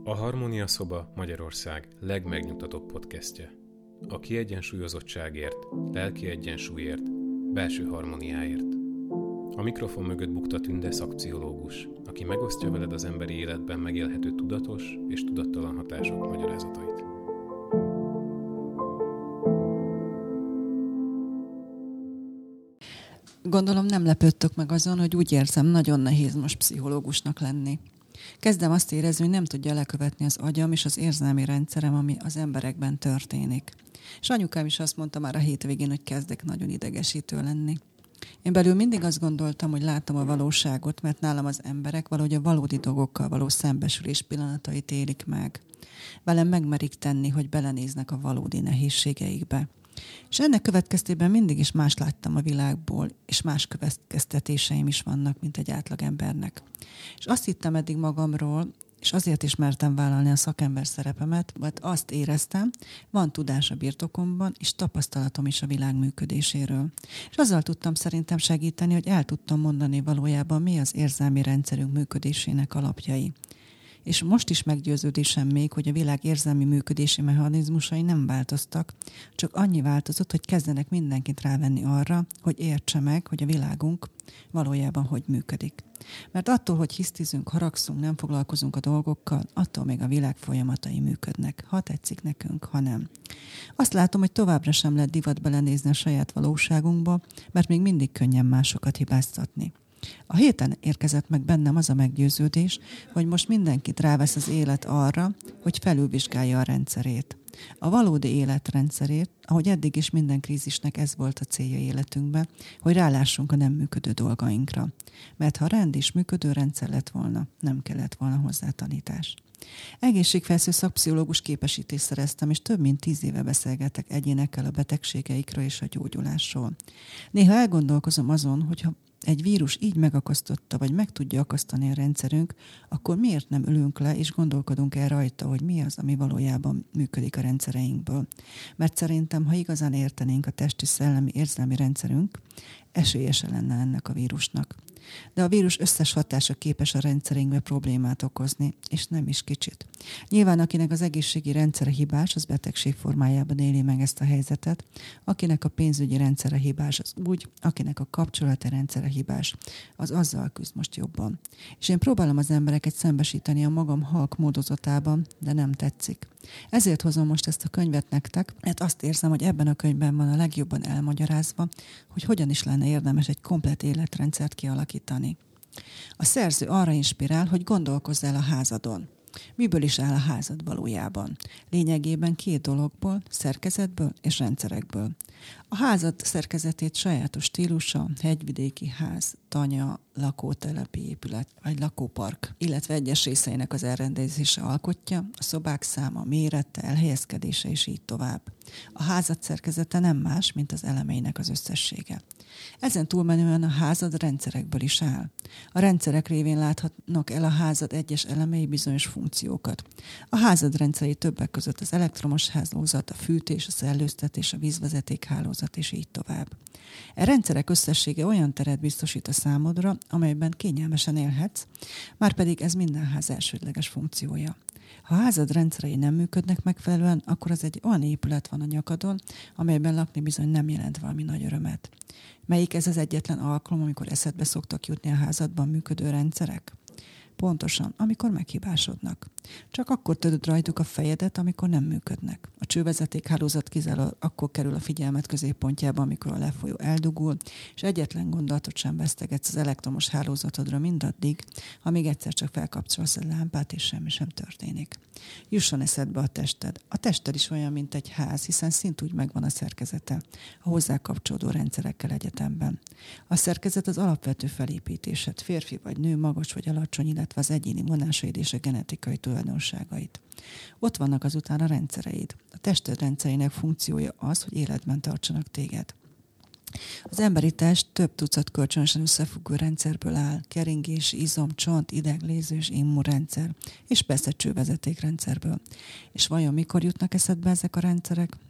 A Harmónia Szoba Magyarország legmegnyugtatóbb podcastje. A kiegyensúlyozottságért, lelki egyensúlyért, belső harmóniáért. A mikrofon mögött bukta Tünde szakpszichológus, aki megosztja veled az emberi életben megélhető tudatos és tudattalan hatások magyarázatait. Gondolom nem lepődtök meg azon, hogy úgy érzem, nagyon nehéz most pszichológusnak lenni. Kezdem azt érezni, hogy nem tudja lekövetni az agyam és az érzelmi rendszerem, ami az emberekben történik. És anyukám is azt mondta már a hétvégén, hogy kezdek nagyon idegesítő lenni. Én belül mindig azt gondoltam, hogy látom a valóságot, mert nálam az emberek valahogy a valódi dolgokkal való szembesülés pillanatait élik meg. Velem megmerik tenni, hogy belenéznek a valódi nehézségeikbe. És ennek következtében mindig is más láttam a világból, és más következtetéseim is vannak, mint egy átlagembernek. És azt hittem eddig magamról, és azért is mertem vállalni a szakember szerepemet, mert azt éreztem, van tudás a birtokomban, és tapasztalatom is a világ működéséről. És azzal tudtam szerintem segíteni, hogy el tudtam mondani valójában, mi az érzelmi rendszerünk működésének alapjai. És most is meggyőződésem még, hogy a világ érzelmi működési mechanizmusai nem változtak, csak annyi változott, hogy kezdenek mindenkit rávenni arra, hogy értse meg, hogy a világunk valójában hogy működik. Mert attól, hogy hisztizünk, haragszunk, nem foglalkozunk a dolgokkal, attól még a világ folyamatai működnek, ha tetszik nekünk, ha nem. Azt látom, hogy továbbra sem lehet divat belenézni a saját valóságunkba, mert még mindig könnyen másokat hibáztatni. A héten érkezett meg bennem az a meggyőződés, hogy most mindenkit rávesz az élet arra, hogy felülvizsgálja a rendszerét. A valódi életrendszerét, ahogy eddig is minden krízisnek ez volt a célja életünkben, hogy rálássunk a nem működő dolgainkra. Mert ha rend is működő rendszer lett volna, nem kellett volna hozzá tanítás. Egészségfelsző szakpszichológus képesítést szereztem, és több mint 10 éve beszélgetek egyénekkel a betegségeikről és a gyógyulásról. Néha elgondolkozom azon, hogyha egy vírus így megakasztotta, vagy meg tudja akasztani a rendszerünk, akkor miért nem ülünk le, és gondolkodunk el rajta, hogy mi az, ami valójában működik a rendszereinkből. Mert szerintem, ha igazán értenénk a testi, szellemi, érzelmi rendszerünk, esélyese lenne ennek a vírusnak. De a vírus összes hatása képes a rendszerünkbe problémát okozni, és nem is kicsit. Nyilván akinek az egészségi rendszere hibás, az betegség formájában éli meg ezt a helyzetet, akinek a pénzügyi rendszere hibás, az úgy, akinek a kapcsolati rendszere hibás, az azzal küzd most jobban. És én próbálom az embereket szembesíteni a magam halk módozatában, de nem tetszik. Ezért hozom most ezt a könyvet nektek, mert azt érzem, hogy ebben a könyvben van a legjobban elmagyarázva, hogy hogyan is lenne érdemes egy komplett életrendszert kialakítani. A szerző arra inspirál, hogy gondolkozz el a házadon. Miből is áll a házad valójában? Lényegében 2 dologból, szerkezetből és rendszerekből. A házad szerkezetét sajátos stílusa, hegyvidéki ház, tanya, lakótelepi épület vagy lakópark, illetve egyes részeinek az elrendezése alkotja, a szobák száma, mérete, elhelyezkedése és így tovább. A házad szerkezete nem más, mint az elemeinek az összessége. Ezen túlmenően a házad rendszerekből is áll. A rendszerek révén láthatnak el a házad egyes elemei bizonyos funkciókat. A házad rendszerei többek között az elektromos hálózat, a fűtés, a szellőztetés, a vízvezetékhálózat és így tovább. E rendszerek összessége olyan teret biztosít a számodra, amelyben kényelmesen élhetsz, márpedig ez minden ház elsődleges funkciója. Ha a házad rendszerei nem működnek megfelelően, akkor az egy olyan épület van a nyakadon, amelyben lakni bizony nem jelent valami nagy örömet. Melyik ez az egyetlen alkalom, amikor eszedbe szoktak jutni a házadban működő rendszerek? Pontosan, amikor meghibásodnak. Csak akkor töröd rajtuk a fejedet, amikor nem működnek. A csővezetékhálózat kizárólag akkor kerül a figyelmet középpontjába, amikor a lefolyó eldugul, és egyetlen gondolatot sem vesztegetsz az elektromos hálózatodra mindaddig, amíg egyszer csak felkapcsolsz a lámpát, és semmi sem történik. Jusson eszedbe a tested. A tested is olyan, mint egy ház, hiszen szintúgy megvan a szerkezete, a hozzá kapcsolódó rendszerekkel egyetemben. A szerkezet az alapvető felépítésed, férfi vagy nő, magas vagy alacsony, illetve az egyéni vonásaid és a genetikai tulajdonságait. Ott vannak azután a rendszereid. A tested rendszerének funkciója az, hogy életben tartsanak téged. Az emberi test több tucat kölcsönösen összefüggő rendszerből áll, keringés, izom, csont, ideg, léző és immunrendszer, és persze csővezetékrendszerből. És vajon mikor jutnak eszedbe ezek a rendszerek?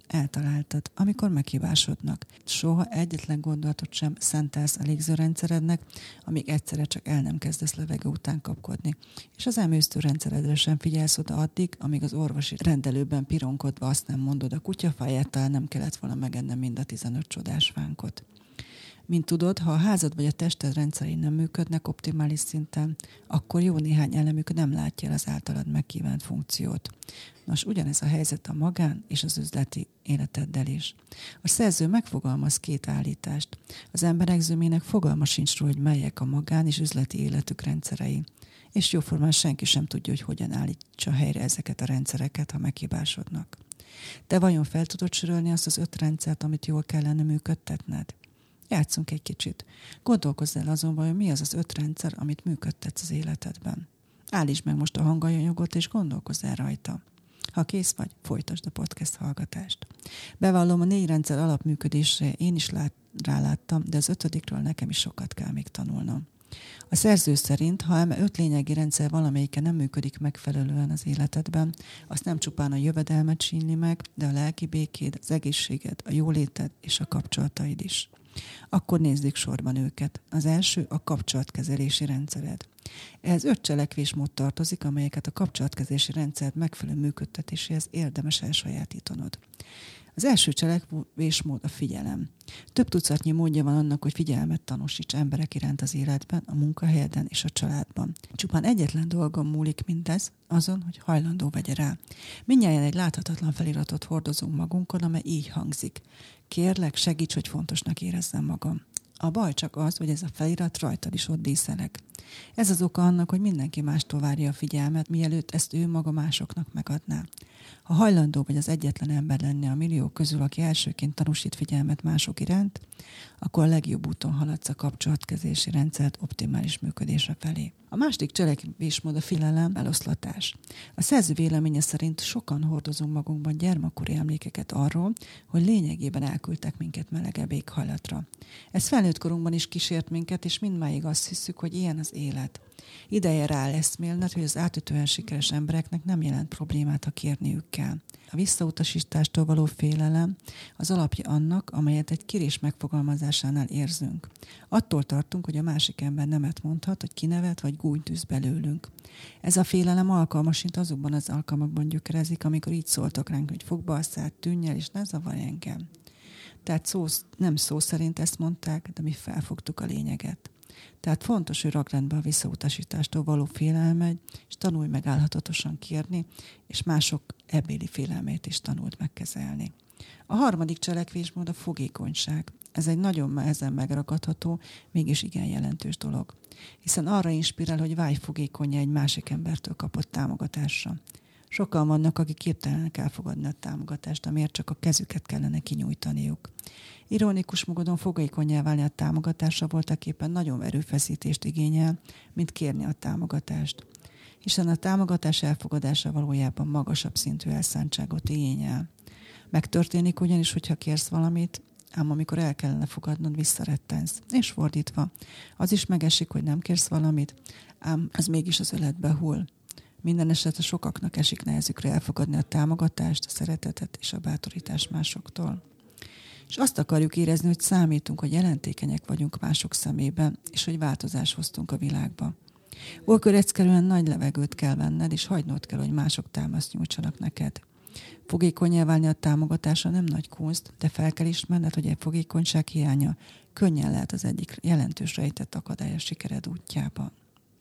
eltaláltad, amikor meghibásodnak. Soha egyetlen gondolatot sem szentelsz a légzőrendszerednek, amíg egyszerre csak el nem kezdesz levegő után kapkodni. És az emésztőrendszeredre sem figyelsz oda addig, amíg az orvosi rendelőben pironkodva azt nem mondod, a kutyafáját talán nem kellett volna megennem mind a 15 csodás vánkot. Mint tudod, ha a házad vagy a tested rendszerei nem működnek optimális szinten, akkor jó néhány elemük nem látja el az általad megkívánt funkciót. Nos, ugyanez a helyzet a magán és az üzleti életeddel is. A szerző megfogalmaz 2 állítást. Az emberek zömének fogalma sincs róla, hogy melyek a magán és üzleti életük rendszerei. És jóformán senki sem tudja, hogy hogyan állítsa helyre ezeket a rendszereket, ha meghibásodnak. Te vajon fel tudod sorolni azt az 5 rendszert, amit jól kellene működtetned? Játsszunk egy kicsit. Gondolkozz el azonban, hogy mi az az 5 rendszer, amit működtetsz az életedben. Állítsd meg most a hanganyagot, és gondolkozz el rajta. Ha kész vagy, folytasd a podcast hallgatást. Bevallom, a 4 rendszer alapműködésre én is ráláttam, de az 5-ről nekem is sokat kell még tanulnom. A szerző szerint, ha 5 lényegi rendszer valamelyike nem működik megfelelően az életedben, azt nem csupán a jövedelmet sínli meg, de a lelki békéd, az egészséged, a jóléted és a kapcsolataid is. Akkor nézzük sorban őket. Az első a kapcsolatkezelési rendszered. Ehhez 5 cselekvésmód tartozik, amelyeket a kapcsolatkezelési rendszer megfelelő működtetéséhez érdemes elsajátítanod. Az első cselekvésmód a figyelem. Több tucatnyi módja van annak, hogy figyelmet tanúsíts emberek iránt az életben, a munkahelyeden és a családban. Csupán egyetlen dolgon múlik mindez, azon, hogy hajlandó vegye rá. Mindnyájan egy láthatatlan feliratot hordozunk magunkon, amely így hangzik. Kérlek, segíts, hogy fontosnak érezzem magam. A baj csak az, hogy ez a felirat rajtad is ott díszeleg. Ez az oka annak, hogy mindenki mástól várja a figyelmet, mielőtt ezt ő maga másoknak megadná. Ha hajlandó vagy az egyetlen ember lenni a milliók közül, aki elsőként tanúsít figyelmet mások iránt, akkor a legjobb úton haladsz a kapcsolatkezelési rendszert optimális működése felé. A második cselekvésmód a félelem eloszlatás. A szerző véleménye szerint sokan hordozunk magunkban gyermekkori emlékeket arról, hogy lényegében elküldtek minket melegebb éghajlatra. Ez felnőtt korunkban is kísért minket, és mindmáig azt hiszük, hogy ilyen az élet. Ideje rá eszmélned, hogy az átütően sikeres embereknek nem jelent problémát, ha kérniük kell. A visszautasítástól való félelem az alapja annak, amelyet egy kérés megfogalmazásánál érzünk. Attól tartunk, hogy a másik ember nemet mondhat, hogy kinevet vagy gúnyt tűz belőlünk. Ez a félelem alkalmasint azokban az alkalmakban gyökerezik, amikor így szóltak ránk, hogy fogd be a szád, tűnj el, és ne zavarj engem. Tehát nem szó szerint ezt mondták, de mi felfogtuk a lényeget. Tehát fontos, hogy rakd rendbe a visszautasítástól való félelmed, és tanulj meg állhatatosan kérni, és mások ebbéli félelmét is tanuld megkezelni. A harmadik cselekvésmód a fogékonyság. Ez egy nagyon nehezen megragadható, mégis igen jelentős dolog. Hiszen arra inspirál, hogy válj fogékonnyá egy másik embertől kapott támogatásra. Sokan vannak, akik képtelenek elfogadni a támogatást, amiért csak a kezüket kellene kinyújtaniuk. Ironikus módon fogékonnyá válni a támogatásra voltaképpen nagyobb erőfeszítést igényel, mint kérni a támogatást. Hiszen a támogatás elfogadása valójában magasabb szintű elszántságot igényel. Megtörténik ugyanis, hogyha kérsz valamit, ám amikor el kellene fogadnod, visszarettensz. És fordítva, az is megesik, hogy nem kérsz valamit, ám az mégis az öletbe hull. Minden esetre sokaknak esik nehezükre elfogadni a támogatást, a szeretetet és a bátorítást másoktól. És azt akarjuk érezni, hogy számítunk, hogy jelentékenyek vagyunk mások szemében, és hogy változást hoztunk a világba. Olykor egyszerűen nagy levegőt kell venned, és hagynod kell, hogy mások támaszt nyújtsanak neked. Fogékonnyá válni a támogatásra nem nagy kunst, de fel kell ismerned, hogy egy fogékonyság hiánya könnyen lehet az egyik jelentős rejtett akadály a sikered útjában.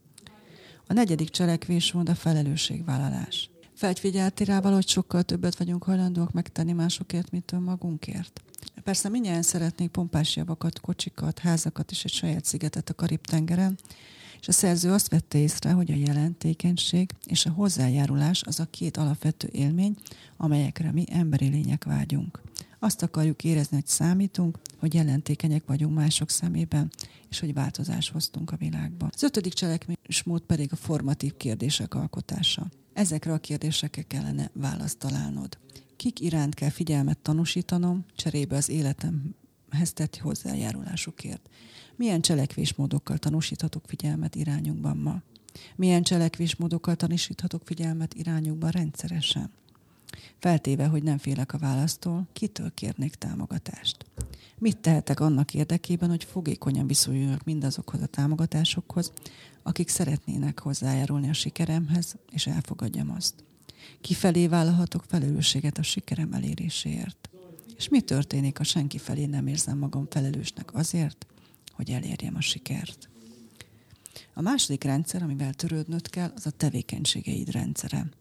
A negyedik cselekvésmód a felelősségvállalás. Felfigyeltél rá valahogy sokkal többet vagyunk hajlandóak megtenni másokért, mint önmagunkért? Persze mindjárt szeretnék pompás javakat, kocsikat, házakat és egy saját szigetet a Karib-tengeren, és a szerző azt vette észre, hogy a jelentékenység és a hozzájárulás az a 2 alapvető élmény, amelyekre mi emberi lények vágyunk. Azt akarjuk érezni, hogy számítunk, hogy jelentékenyek vagyunk mások szemében, és hogy változást hoztunk a világba. Az 5. cselekvésmód pedig a formatív kérdések alkotása. Ezekre a kérdésekre kellene választ találnod. Kik iránt kell figyelmet tanúsítanom, cserébe az életemhez tett hozzájárulásukért? Milyen cselekvésmódokkal tanúsíthatok figyelmet irányunkban ma? Milyen cselekvésmódokkal tanúsíthatok figyelmet irányunkban rendszeresen? Feltéve, hogy nem félek a választól, kitől kérnék támogatást? Mit tehetek annak érdekében, hogy fogékonyan viszonyuljak mindazokhoz a támogatásokhoz, akik szeretnének hozzájárulni a sikeremhez, és elfogadjam azt? Kifelé vállalhatok felelősséget a sikerem eléréséért? És mi történik, ha senki felé nem érzem magam felelősnek azért, hogy elérjem a sikert? A második rendszer, amivel törődnöd kell, az a tevékenységeid rendszere.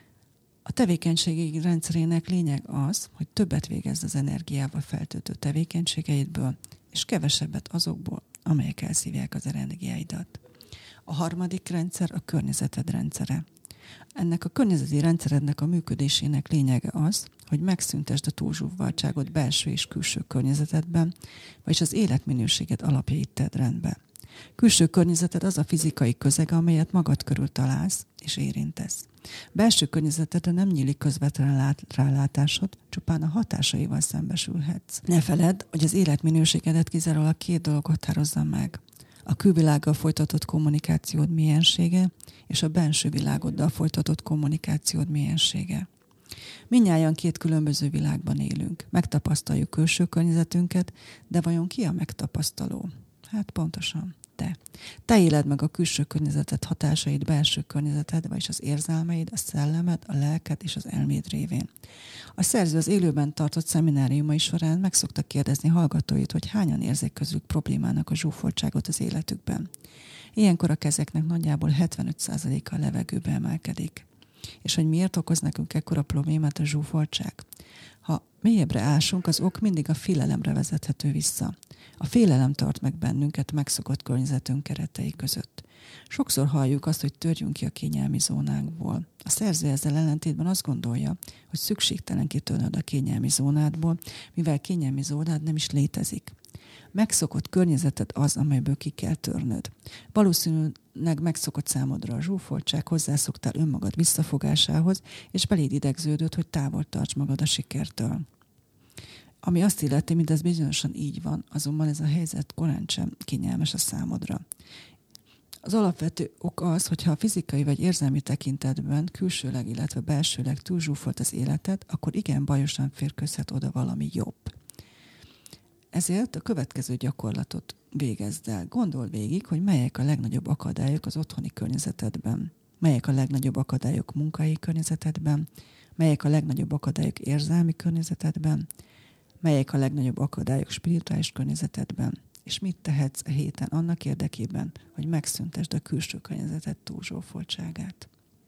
A tevékenységeid rendszerének lényeg az, hogy többet végezz az energiával feltöltő tevékenységeidből, és kevesebbet azokból, amelyek elszívják az energiáidat. A harmadik rendszer a környezeted rendszere. Ennek a környezeti rendszerednek a működésének lényege az, hogy megszüntesd a túlzsúfoltságot belső és külső környezetedben, vagyis az életminőséged alapjait tedd rendbe. Külső környezeted az a fizikai közeg, amelyet magad körül találsz és érintesz. Belső környezetedre nem nyílik közvetlen rálátásod, csupán a hatásaival szembesülhetsz. Ne feledd, hogy az életminőségedet kizárólag 2 dolog határozza meg. A külvilággal folytatott kommunikációd miensége és a benső világoddal folytatott kommunikációd miensége. Mindnyájan 2 különböző világban élünk. Megtapasztaljuk külső környezetünket, de vajon ki a megtapasztaló? Hát pontosan te. Te éled meg a külső környezeted hatásait belső környezeted, vagyis az érzelmeid, a szellemed, a lelked és az elméd révén. A szerző az élőben tartott szemináriumai során meg szokta kérdezni hallgatóit, hogy hányan érzik közülük problémának a zsúfoltságot az életükben. Ilyenkor a kezeknek nagyjából 75%-a a levegőbe emelkedik. És hogy miért okoz nekünk ekkora problémát a zsúfoltság? Ha mélyebbre ásunk, az ok mindig a félelemre vezethető vissza. A félelem tart meg bennünket megszokott környezetünk keretei között. Sokszor halljuk azt, hogy törjünk ki a kényelmi zónánkból. A szerző ezzel ellentétben azt gondolja, hogy szükségtelen kitörnöd a kényelmi zónádból, mivel kényelmi zónád nem is létezik. Megszokott környezeted az, amelyből ki kell törnöd. Valószínűleg megszokott számodra a zsúfoltság, hozzászoktál önmagad visszafogásához, és beléd idegződött, hogy távol tarts magad a sikertől. Ami azt illeti, mint ez bizonyosan így van, azonban ez a helyzet korán sem kényelmes a számodra. Az alapvető ok az, hogyha a fizikai vagy érzelmi tekintetben külsőleg, illetve belsőleg túlzsúfolt az életed, akkor igen bajosan férkőzhet oda valami jobb. Ezért a következő gyakorlatot végezd el. Gondold végig, hogy melyek a legnagyobb akadályok az otthoni környezetedben, melyek a legnagyobb akadályok munkai környezetedben, melyek a legnagyobb akadályok érzelmi környezetedben, melyek a legnagyobb akadályok spirituális környezetedben, és mit tehetsz a héten annak érdekében, hogy megszüntesd a külső környezeted túlzsúfoltságát.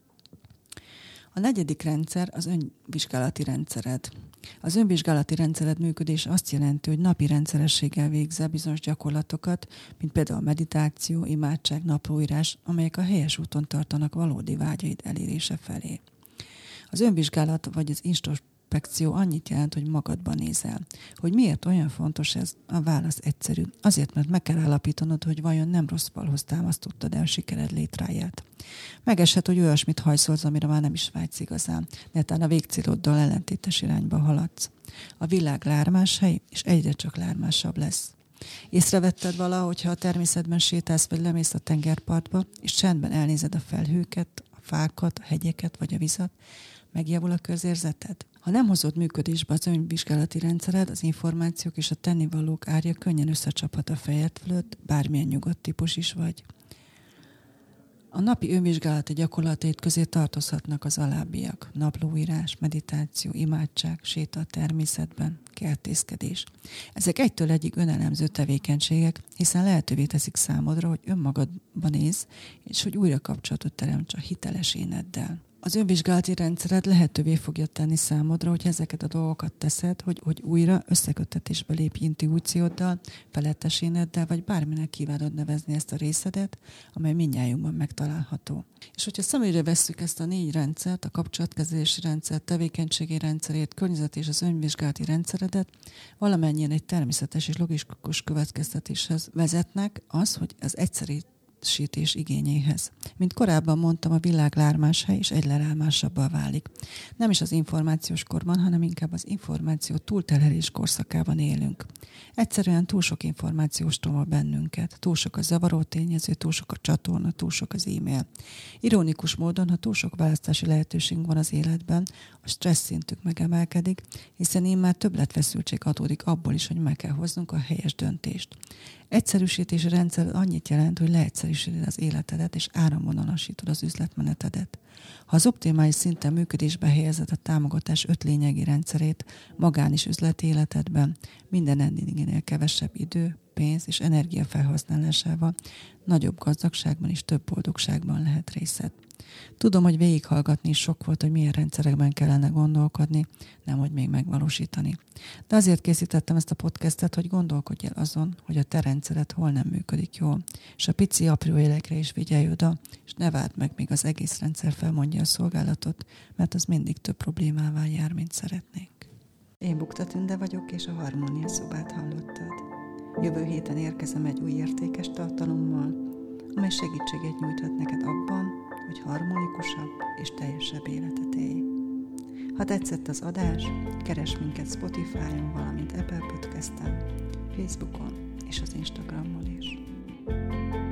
A negyedik rendszer az önvizsgálati rendszered. Az önvizsgálati rendszered működése azt jelenti, hogy napi rendszerességgel végzel bizonyos gyakorlatokat, mint például meditáció, imádság, naplóírás, amelyek a helyes úton tartanak valódi vágyaid elérése felé. Az önvizsgálat vagy az introspekció annyit jelent, hogy magadban nézel. Hogy miért olyan fontos ez? A válasz egyszerű. Azért, mert meg kell állapítanod, hogy vajon nem rossz falhoz támasztottad el sikered létráját. Megeshet, hogy olyasmit hajszolsz, amire már nem is vágysz igazán, netán a végcéloddal ellentétes irányba haladsz. A világ lármás hely, és egyre csak lármásabb lesz. Észrevetted valahogy, ha a természetben sétálsz, vagy lemész a tengerpartba, és csendben elnézed a felhőket, a fákat, a hegyeket, vagy a vizet, megjavul a közérzeted? Ha nem hozod működésbe az önvizsgálati rendszered, az információk és a tennivalók árja könnyen összecsaphat a fejed fölött, bármilyen nyugodt típus is vagy. A napi önvizsgálati gyakorlatait közé tartozhatnak az alábbiak: naplóírás, meditáció, imádság, séta a természetben, kertészkedés. Ezek egytől egyig önelemző tevékenységek, hiszen lehetővé teszik számodra, hogy önmagadban nézz, és hogy újra kapcsolatot teremts a hiteles éneddel. Az önvizsgálati rendszered lehetővé fogja tenni számodra, hogy ezeket a dolgokat teszed, hogy újra összeköttetésbe lépj intuícióddal, felettes éneddel, vagy bárminek kívánod nevezni ezt a részedet, amely mindnyájunkban megtalálható. És hogyha szemügyre vesszük ezt a 4 rendszert, a kapcsolatkezelési rendszert, tevékenységi rendszerét, környezet és az önvizsgálati rendszeredet, valamennyien egy természetes és logikus következtetéshez vezetnek az, hogy az egyszeri értékesítés igényéhez. Mint korábban mondtam, a világ lármáshely és egyre lármásabbá válik. Nem is az információs korban, hanem inkább az információ túlterhelés korszakában élünk. Egyszerűen túl sok információs tolva bennünket, túl sok a zavaró tényező, túl sok a csatorna, túl sok az e-mail. Ironikus módon, ha túl sok választási lehetőségünk van az életben, a stressz szintük megemelkedik, hiszen immár többletfeszültség adódik abból is, hogy meg kell hoznunk a helyes döntést. Egyszerűsítési rendszer annyit jelent, hogy leegyszerűsíted az életedet és áramvonalasítod az üzletmenetedet. Ha az optimális szinten működésbe helyezed a támogatás 5 lényegi rendszerét magán és üzleti életedben, minden eddiginél kevesebb idő, pénz és energia felhasználásával nagyobb gazdagságban és több boldogságban lehet részed. Tudom, hogy végighallgatni is sok volt, hogy milyen rendszerekben kellene gondolkodni, nemhogy még megvalósítani. De azért készítettem ezt a podcastet, hogy gondolkodj el azon, hogy a te rendszered hol nem működik jól, és a pici apró élekre is vigyelj oda, és ne várd meg, míg az egész rendszer felmondja a szolgálatot, mert az mindig több problémával jár, mint szeretnénk. Én Bukta Tünde vagyok, és a Harmónia Szobát hallottad. Jövő héten érkezem egy új értékes tartalommal, amely segítséget nyújthat neked abban, hogy harmonikusabb és teljesebb életet élj. Ha tetszett az adás, keresd minket Spotify-on, valamint Apple Podcast-en, Facebookon és az Instagramon is.